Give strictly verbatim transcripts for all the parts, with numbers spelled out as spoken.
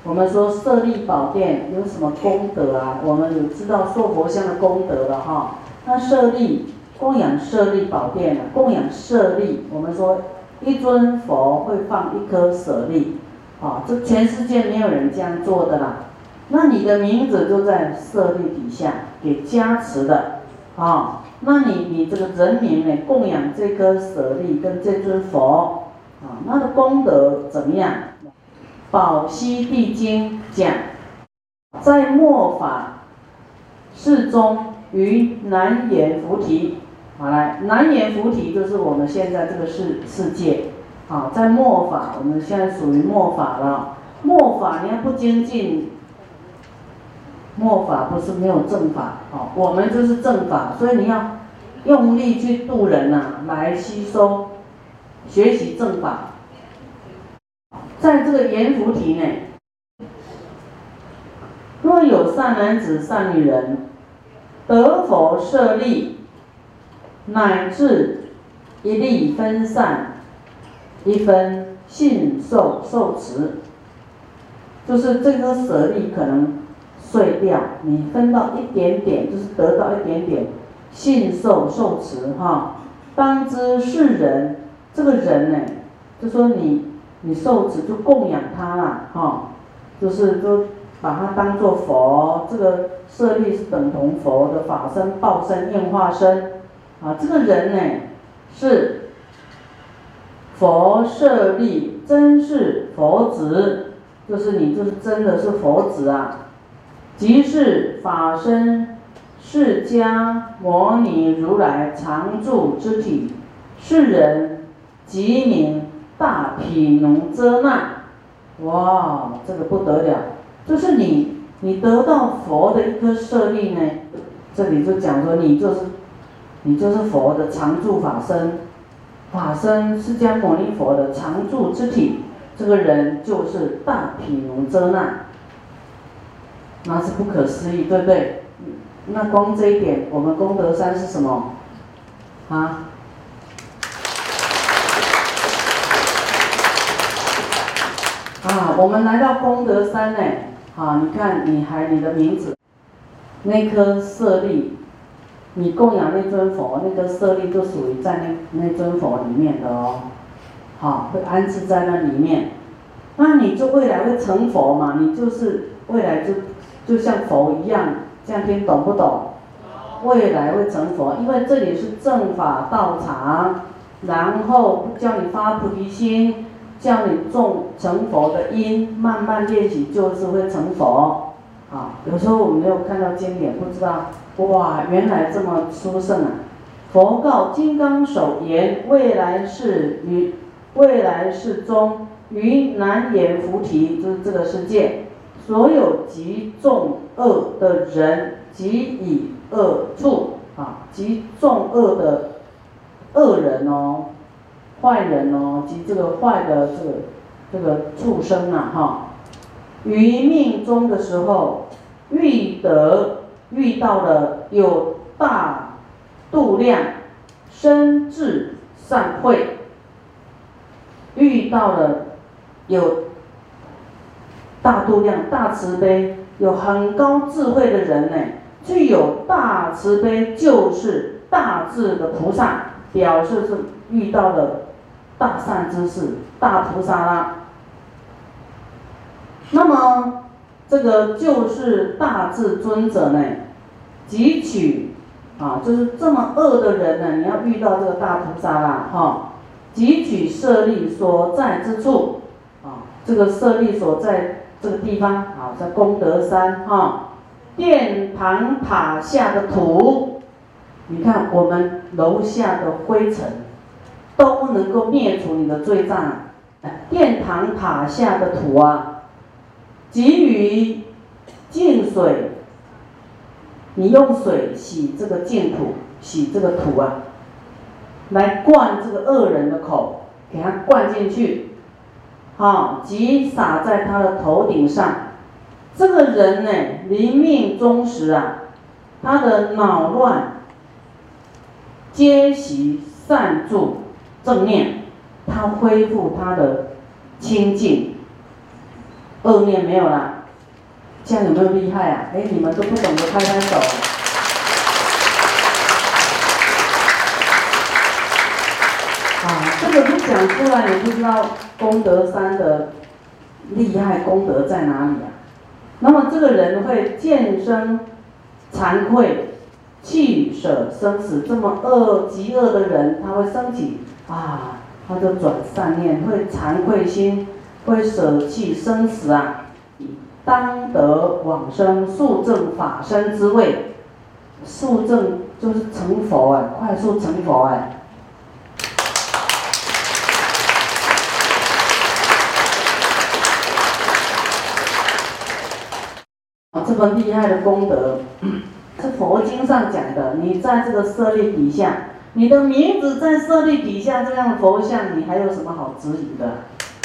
我们说舍利宝殿有什么功德啊？我们有知道塑佛像的功德了哈。那舍利供养舍利宝殿啊，供养舍利，我们说一尊佛会放一颗舍利，啊，这全世界没有人这样做的啦。那你的名字就在舍利底下给加持的，啊，那你你这个人民呢供养这颗舍利跟这尊佛，啊，那的功德怎么样？宝溪地经讲，在末法世中于南阎浮提，好来，南阎浮提就是我们现在这个世世界，啊，在末法，我们现在属于末法了。末法你要不精进，末法不是没有正法，哦，我们就是正法，所以你要用力去度人呐、啊，来吸收、学习正法。在这个阎浮提呢，若有善男子、善女人，得佛舍利，乃至一粒分散，一分信受受持，就是这颗舍利可能碎掉，你分到一点点，就是得到一点点信受受持哈。当知是人，这个人呢，就说你你受持就供养他啦哈，就是就把它当作佛，这个舍利是等同佛的法身、报身、应化身啊。这个人呢是佛舍利，真是佛子，就是你就是真的是佛子啊。即是法身释迦牟尼如来常住之体，是人即名大毗卢遮那。哇，这个不得了！就是你，你得到佛的一颗舍利呢，这里就讲说你就是，你就是佛的常住法身，法身释迦牟尼佛的常住之体，这个人就是大毗卢遮那。那是不可思议，对不对？那光这一点，我们功德山是什么？啊？啊，我们来到功德山呢，啊，你看你还你的名字，那颗舍利，你供养那尊佛，那颗舍利就属于在那那尊佛里面的哦，好、啊，会安置在那里面，那你就未来会成佛嘛，你就是未来就。就像佛一样，这样听懂不懂？未来会成佛，因为这里是正法道场，然后叫你发菩提心，叫你种成佛的因，慢慢练习就是会成佛。啊，有时候我们没有看到经典，不知道，哇，原来这么殊胜啊！佛告金刚手言：未来世于未来世中，于南阎浮提，就是这个世界。所有极重恶的人，即以恶处啊，极重恶的恶人哦，坏人哦，及这个坏的这个这个畜生啊哈，于命中的时候，遇得遇到了有大度量深智善慧，遇到了有。大度量、大慈悲，有很高智慧的人呢，具有大慈悲，就是大智的菩萨，表示是遇到了大善之事、大菩萨啦。那么这个就是大智尊者呢，汲取啊，就是这么恶的人呢，你要遇到这个大菩萨啦，哈、哦，汲取舍利所在之处啊，这个舍利所在。这个地方啊，在功德山哈、哦，殿堂塔下的土，你看我们楼下的灰尘都能够灭除你的罪障。殿堂塔下的土啊，给予净水，你用水洗这个净土，洗这个土啊，来灌这个恶人的口，给他灌进去。好，即洒在他的头顶上。这个人呢，临命终时啊，他的恼乱皆习善住正念，他恢复他的清净。 恶念没有啦，这样有没有厉害啊？哎，你们都不懂得拍拍手。啊，这个不讲出来，你不知道功德山的厉害，功德在哪里啊？那么这个人会见生惭愧，弃舍生死，这么恶极恶的人，他会升起啊，他就转善念，会惭愧心，会舍弃生死啊，当得往生速证法身之位。速证就是成佛哎，快速成佛哎。这么厉害的功德，是佛经上讲的。你在这个舍利底下，你的名字在舍利底下这样的佛像，你还有什么好质疑的？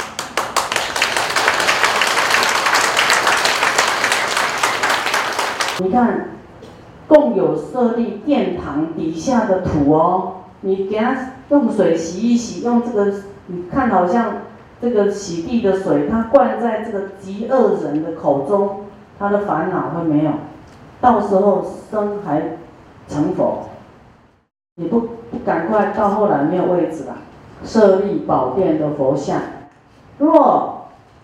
你看，共有舍利殿堂底下的土哦，你给它用水洗一洗，用这个，你看好像这个洗地的水，它灌在这个极恶人的口中。他的烦恼会没有，到时候生还成佛，你不不赶快到后来没有位置了。舍利宝殿的佛像，若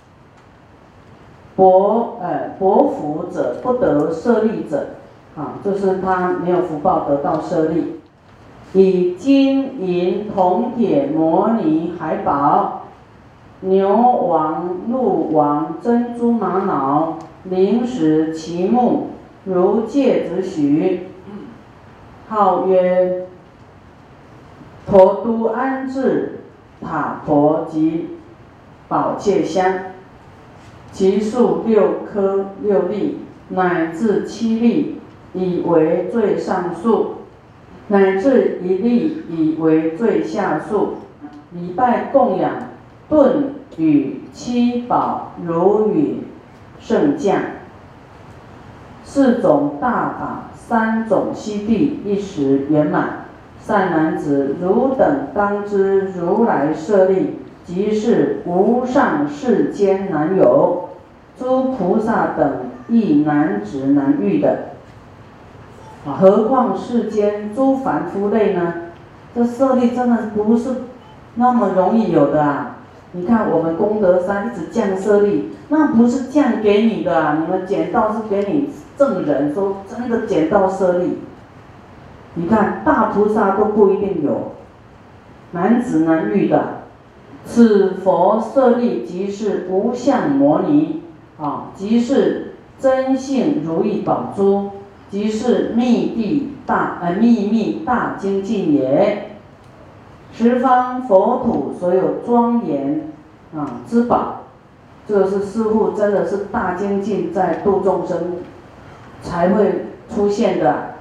薄呃薄福者不得舍利者，啊，就是他没有福报得到舍利。以金银铜铁摩尼海宝、牛王、鹿王、珍珠玛瑙。灵石其木，如芥子许，号曰陀都安置塔婆及宝戒香，其数六颗六粒，乃至七粒，以为最上数；乃至一粒，以为最下数。礼拜供养顿与七宝如雨圣降，四种大法，三种悉地，一时圆满。善男子，汝等当知，如来舍利，即是无上世间难有，诸菩萨等亦难值难遇的。啊，何况世间诸凡夫类呢？这舍利真的不是那么容易有的啊！你看我们功德山一直降舍利，那不是降给你的啊！你们捡到是给你证人说真的捡到舍利。你看大菩萨都不一定有，难值难遇的。此佛舍利即是无相摩尼啊，即是真性如意宝珠，即是密地大呃秘密大精进也。十方佛土所有庄严啊之宝，这个是师父真的是大精进在度众生才会出现的。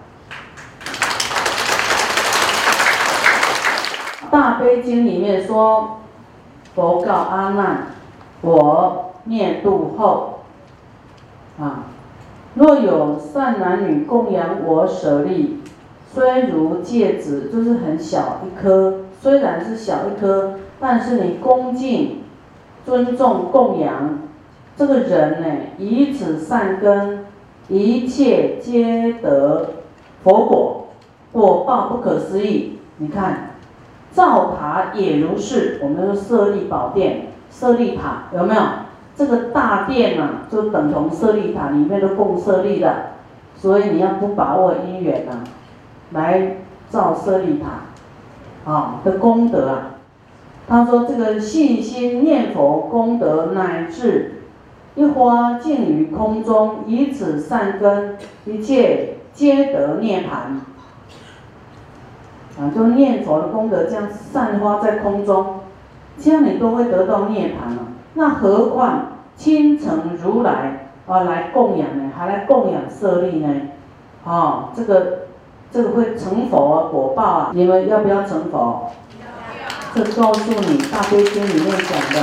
大悲经里面说，佛告阿难：我灭度后，啊，若有善男女供养我舍利，虽如芥子，就是很小一颗。虽然是小一颗，但是你恭敬、尊重、供养这个人呢，以此善根，一切皆得佛果，果报不可思议。你看，造塔也如是，我们说舍利宝殿、舍利塔有没有？这个大殿啊，就等同舍利塔，里面都供舍利的，所以你要不把握因缘啊，来造舍利塔。啊的功德啊，他说这个信心念佛功德，乃至一花尽于空中，以此善根，一切皆得涅槃。啊，就念佛的功德，这样散花在空中，这样你都会得到涅槃了。那何况亲承如来啊来供养呢？还来供养舍利呢？啊，这个。这个会成佛啊，果报啊，你们要不要成佛？这告诉你《大悲经》里面讲的。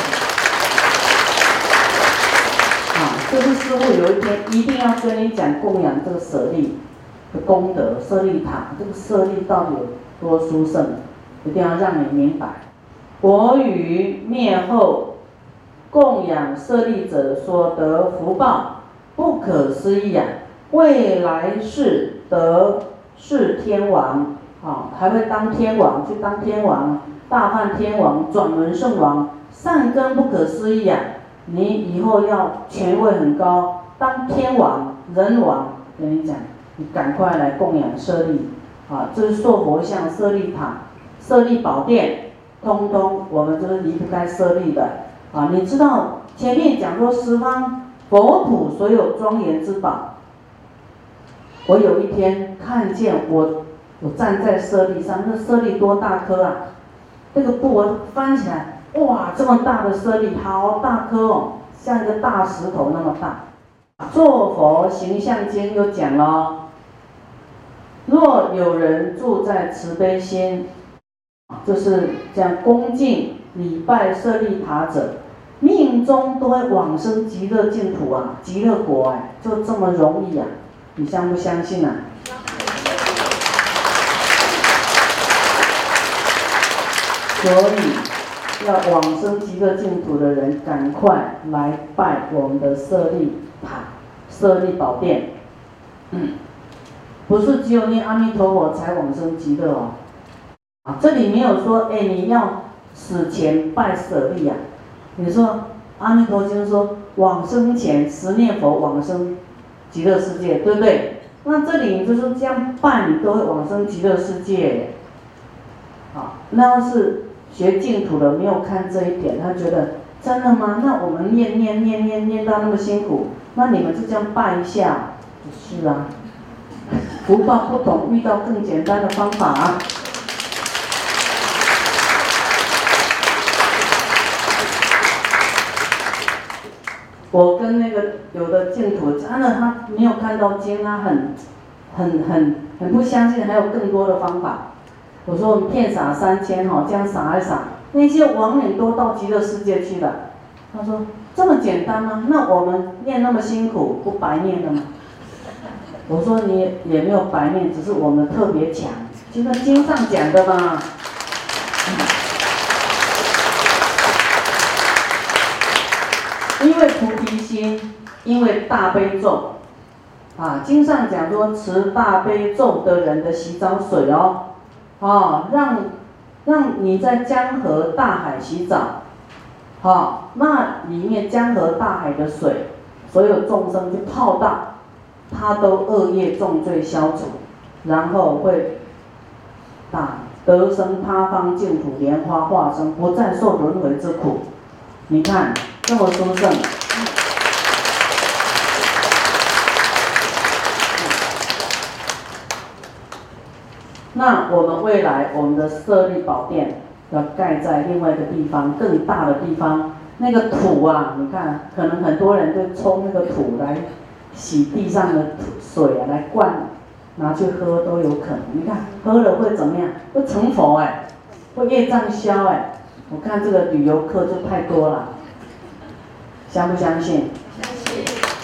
啊，这是师父有一天一定要跟你讲供养这个舍利的功德，舍利塔这个舍利到底有多殊胜，一定要让你明白。我于灭后， 供养舍利者所得福报不可思议呀！未来世得是天王啊，还会当天王，去当天王，大梵天王、转轮圣王，善根不可思议呀！你以后要权位很高，当天王、人王，跟你讲，你赶快来供养舍利啊！这是塑佛像、舍利塔、舍利宝殿，通通我们就是离不开舍利的啊！你知道前面讲说十方佛土所有庄严之宝，我有一天看见我我站在舍利上，那舍利多大颗啊！那个布我翻起来，哇，这么大的舍利，好大颗哦，像一个大石头那么大。作佛形象经又讲了，若有人住在慈悲心，就是这样恭敬礼拜舍利塔者，命中都会往生极乐净土啊，极乐国哎，就这么容易啊！你相不相信啊？所以要往生极乐净土的人，赶快来拜我们的舍利塔、舍利宝殿。嗯，不是只有念阿弥陀佛才往生极乐哦。啊，这里没有说，哎，你要死前拜舍利啊。你说阿弥陀经说往生前十念佛往生极乐世界，对不对？那这里你就是这样拜，你都会往生极乐世界。啊，那要是学净土的没有看这一点，他觉得真的吗？那我们念念念念念到那么辛苦，那你们就这样拜一下，是啊，福报不同，遇到更简单的方法啊。我跟那个有的净土，真的他没有看到经，他很很很很不相信，还有更多的方法。我说我们骗撒三千哈，这样撒一撒，那些亡灵都到极乐世界去了。他说这么简单吗？那我们念那么辛苦，不白念了吗？我说你也没有白念，只是我们特别强，就跟经上讲的嘛。因为菩提心，因为大悲咒，啊，经上讲说持大悲咒的人的洗澡水哦，哦，让让你在江河大海洗澡，好、哦，那里面江河大海的水，所有众生就泡到，他都恶业重罪消除，然后会打得生他方净土莲花化身，不再受轮回之苦。你看。这么殊胜，那我们未来我们的舍利宝殿要盖在另外一个地方，更大的地方。那个土啊，你看，可能很多人就冲那个土来洗地上的水啊，来灌，拿去喝都有可能。你看喝了会怎么样？会成佛哎，会业障消哎。我看这个旅游客就太多了。相不相信？相信。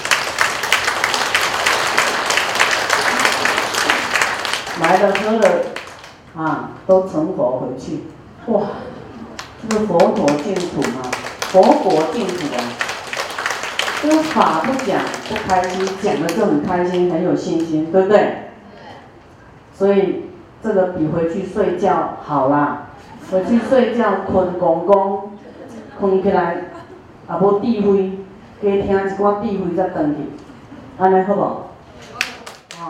来了喝了，啊，都成佛回去。哇，这是佛陀净土嘛，佛国净土啊。这个法不讲不开心，讲了就很开心，很有信心，对不对？所以这个比回去睡觉好啦。回去睡觉，困公公，困起来。啊，无智慧，加听一寡智慧才转去，安尼好无？哦。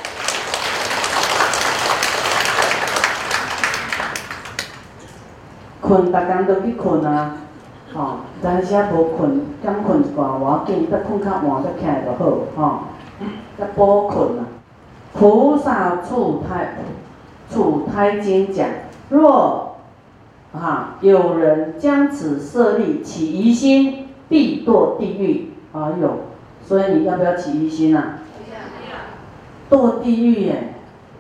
困，逐工都去困啊，哦，但是啊无困，减困一寡，无要紧，再困较晚再起来就好，哦，再补困啊。菩萨处胎处胎经讲，若啊！有人将此舍利起疑心，必堕地狱。哎呦，所以你要不要起疑心啊？堕地狱耶！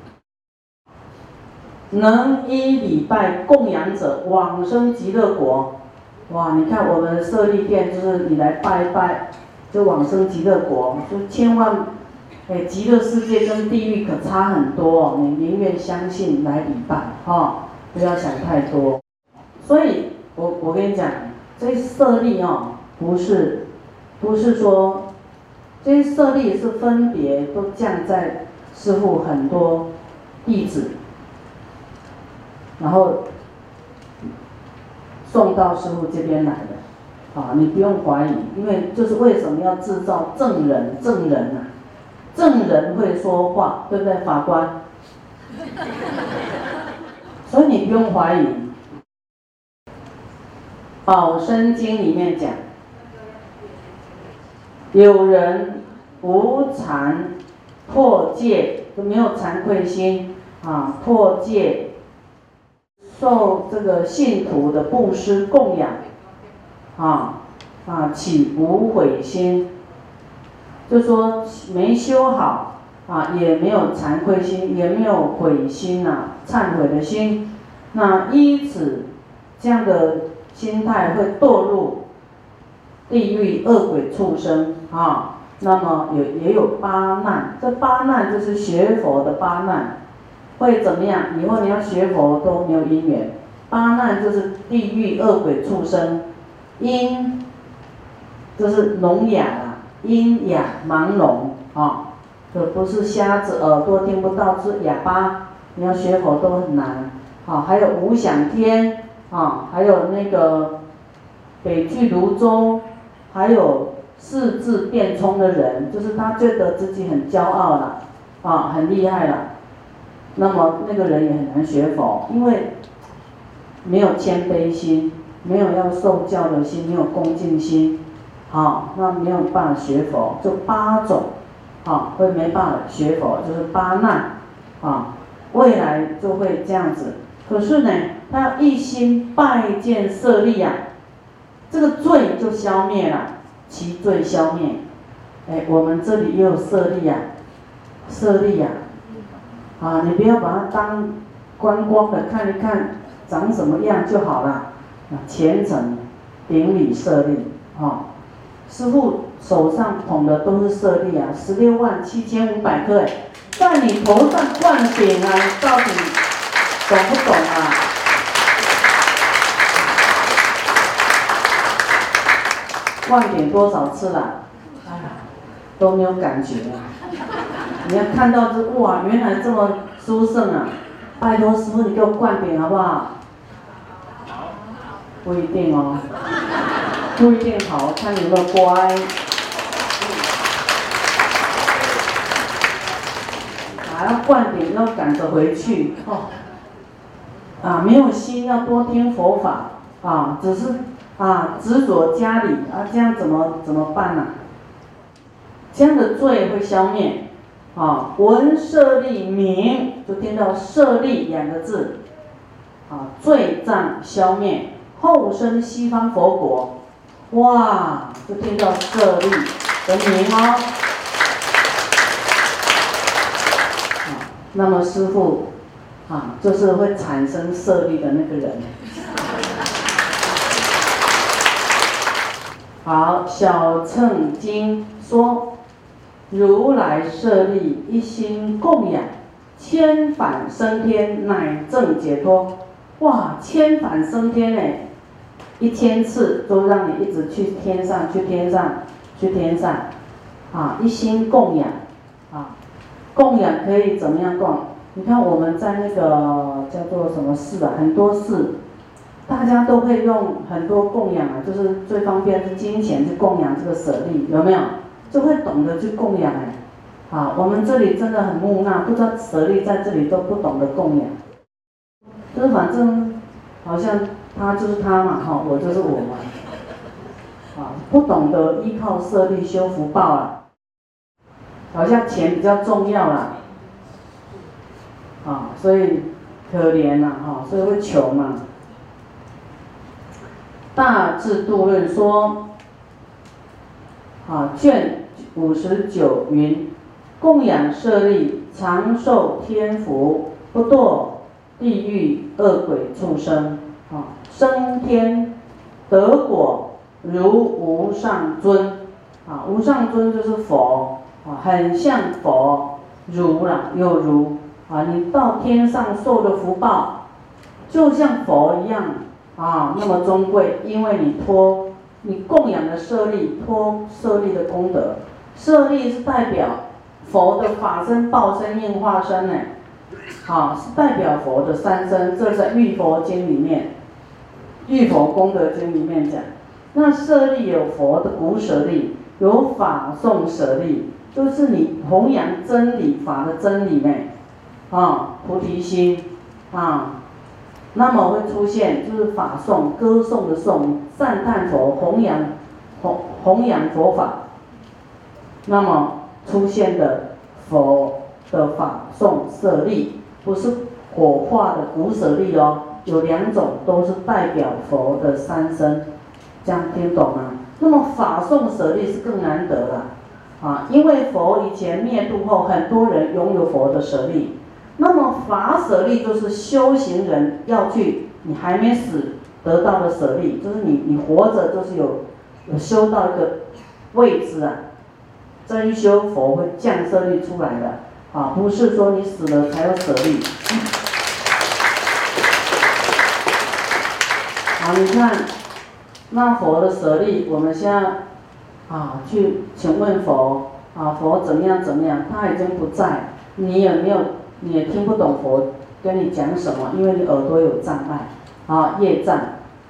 能依礼拜供养者，往生极乐国。哇！你看我们的舍利殿，就是你来拜一拜，就往生极乐国。就千万，哎，极乐世界跟地狱可差很多哦。你宁愿相信来礼拜，哈、哦，不要想太多。所以我我跟你讲，这舍利哦， 不是，不是说这些舍利是分别都降在师父很多弟子，然后送到师父这边来的，啊，你不用怀疑，因为就是为什么要制造证人？证人啊，证人会说话，对不对，法官？所以你不用怀疑。宝生经里面讲，有人无惭破戒，就没有惭愧心啊，破戒，受这个信徒的布施供养，啊啊起无悔心，就说没修好啊，也没有惭愧心，也没有悔心啊，忏悔的心，那依此这样的心态会堕入地狱恶鬼畜生啊。那么有也有八难，这八难就是学佛的八难，会怎么样？以后你要学佛都没有因缘。八难就是地狱恶鬼畜生，阴就是聋哑啊，阴哑盲聋啊，这不是瞎子耳朵听不到，是哑巴。你要学佛都很难啊。还有无想天啊，还有那个北俱泸州，还有四字辩聪的人，就是他觉得自己很骄傲了，啊，很厉害了。那么那个人也很难学佛，因为没有谦卑心，没有要受教的心，没有恭敬心，好，那没有办法学佛。就八种，啊，会没办法学佛，就是八难，啊，未来就会这样子。可是呢，他要一心拜见舍利啊，这个罪就消灭了，其罪消灭。哎，我们这里也有舍利啊，舍利啊，啊，你不要把它当观光的看一看，长什么样就好了。啊，虔诚顶礼舍利啊，师父手上捧的都是舍利啊，十六万七千五百颗哎，在你头上灌顶啊，你到底懂不懂啊？灌顶多少次了？哎呀，都没有感觉啊！你要看到这哇，原来这么殊胜啊！拜托师父，你给我灌顶好不好？不一定哦，不一定好，看你有没有乖。还要灌顶，要赶着回去哦。啊，没有心要多听佛法啊，只是啊执着家里啊，这样怎么怎么办呢、啊？这样的罪会消灭啊。闻舍利名，就听到舍利两个字，啊，罪障消灭，后生西方佛国，哇，就听到舍利的名哦。啊，那么师父。啊，就是会产生舍利的那个人。好，小乘经说，如来舍利一心供养，千返升天，乃证解脱。哇，千返升天哎，一千次都让你一直去天上，去天上，去天上。啊，一心供养，啊，供养可以怎么样供？你看我们在那个叫做什么寺啊，很多寺，大家都会用很多供养啊，就是最方便是金钱去供养这个舍利，有没有？就会懂得去供养哎。啊，我们这里真的很木讷，不知道舍利在这里都不懂得供养，就是反正好像他就是他嘛，哈，我就是我嘛，啊，不懂得依靠舍利修福报啊，好像钱比较重要啦。啊，所以可怜呐，哈，所以会穷嘛。大智度论说，啊，卷五十九云，供养舍利，长寿天福，不堕地狱恶鬼畜生，啊，升天得果如无上尊，啊，无上尊就是佛，啊，很像佛，如啦，有如。啊，你到天上受的福报，就像佛一样啊，那么尊贵，因为你脱你供养的舍利托舍利的功德，舍利是代表佛的法身、报身、应化身呢，啊，是代表佛的三身，这在《玉佛经》里面，《玉佛功德经》里面讲。那舍利有佛的骨舍利，有法颂舍利，就是你弘扬真理法的真理呢，啊，菩提心，啊。那么会出现就是法颂、歌颂的颂，赞叹佛、弘扬弘弘扬佛法。那么出现的佛的法颂舍利，不是火化的骨舍利哦，有两种都是代表佛的三身，这样听懂吗？那么法颂舍利是更难得了，啊，因为佛以前灭度后，很多人拥有佛的舍利。那么法舍利就是修行人要去，你还没死得到的舍利，就是你你活着就是有有修到一个位置啊，真修佛会降舍利出来的啊，不是说你死了才有舍利。好，你看那佛的舍利，我们现在啊去请问佛啊，佛怎么样怎么样，他已经不在，你有没有？你也听不懂佛跟你讲什么，因为你耳朵有障碍，啊，业障。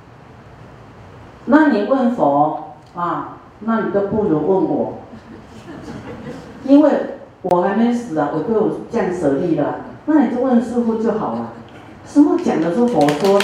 那你问佛啊，那你都不如问我，因为我还没死啊，我都有降舍利了，那你就问师父就好了，师父讲的是佛说的，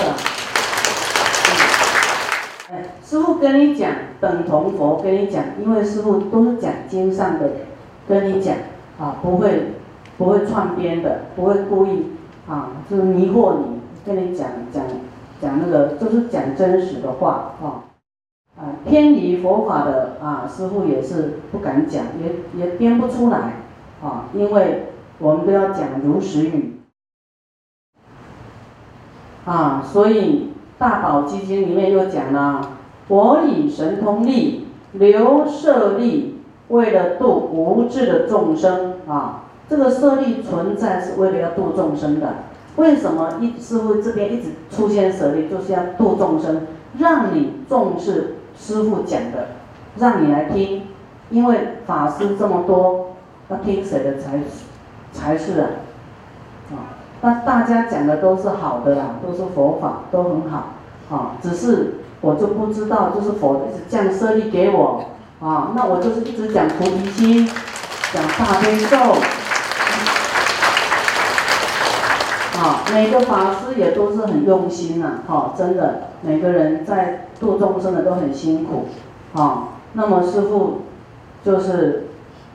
哎，师父跟你讲等同佛跟你讲，因为师父都是讲经上的，跟你讲啊，不会。不会串编的，不会故意啊，就是迷惑你，跟你讲讲讲那个，就是讲真实的话啊。啊，偏离佛法的啊，师父也是不敢讲，也也编不出来啊，因为我们都要讲如实语啊，所以大宝积经里面又讲了，我以神通力留舍利，为了度无智的众生啊。这个舍利存在是为了要度众生的，为什么一师父这边一直出现舍利，就是要度众生，让你重视师父讲的，让你来听，因为法师这么多，要听谁的才才是啊？啊，那大家讲的都是好的啦，都是佛法，都很好啊，只是我就不知道，就是佛一直降舍利给我啊，那我就是一直讲菩提心，讲大悲咒。啊，每个法师也都是很用心呐、啊，哈，真的，每个人在度众生的都很辛苦，啊，那么师父就是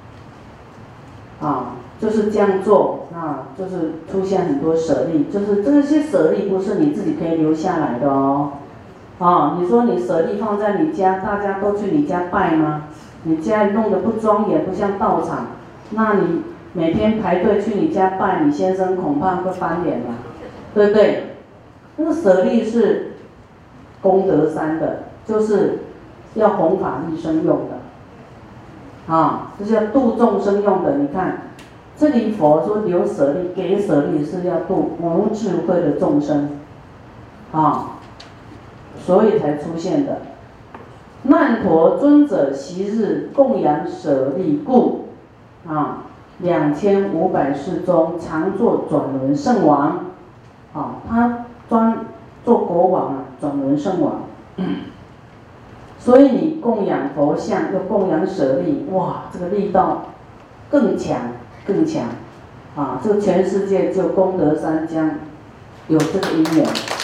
啊，就是这样做，啊，就是出现很多舍利，就是这些舍利不是你自己可以留下来的哦，啊，你说你舍利放在你家，大家都去你家拜吗？你家弄得不庄严，不像道场，那你。每天排队去你家拜，你先生恐怕会翻脸了，对不对？那个舍利是功德山的，就是要弘法利生用的，啊，就是要度众生用的。你看，这里佛说留舍利，给舍利是要度无智慧的众生，啊，所以才出现的。难陀尊者昔日供养舍利故，啊。两千五百世中，常做转轮圣王，啊，他专做国王啊，转轮圣王。所以你供养佛像，又供养舍利，哇，这个力道更强，更强，啊，这个全世界就功德山将有这个因缘。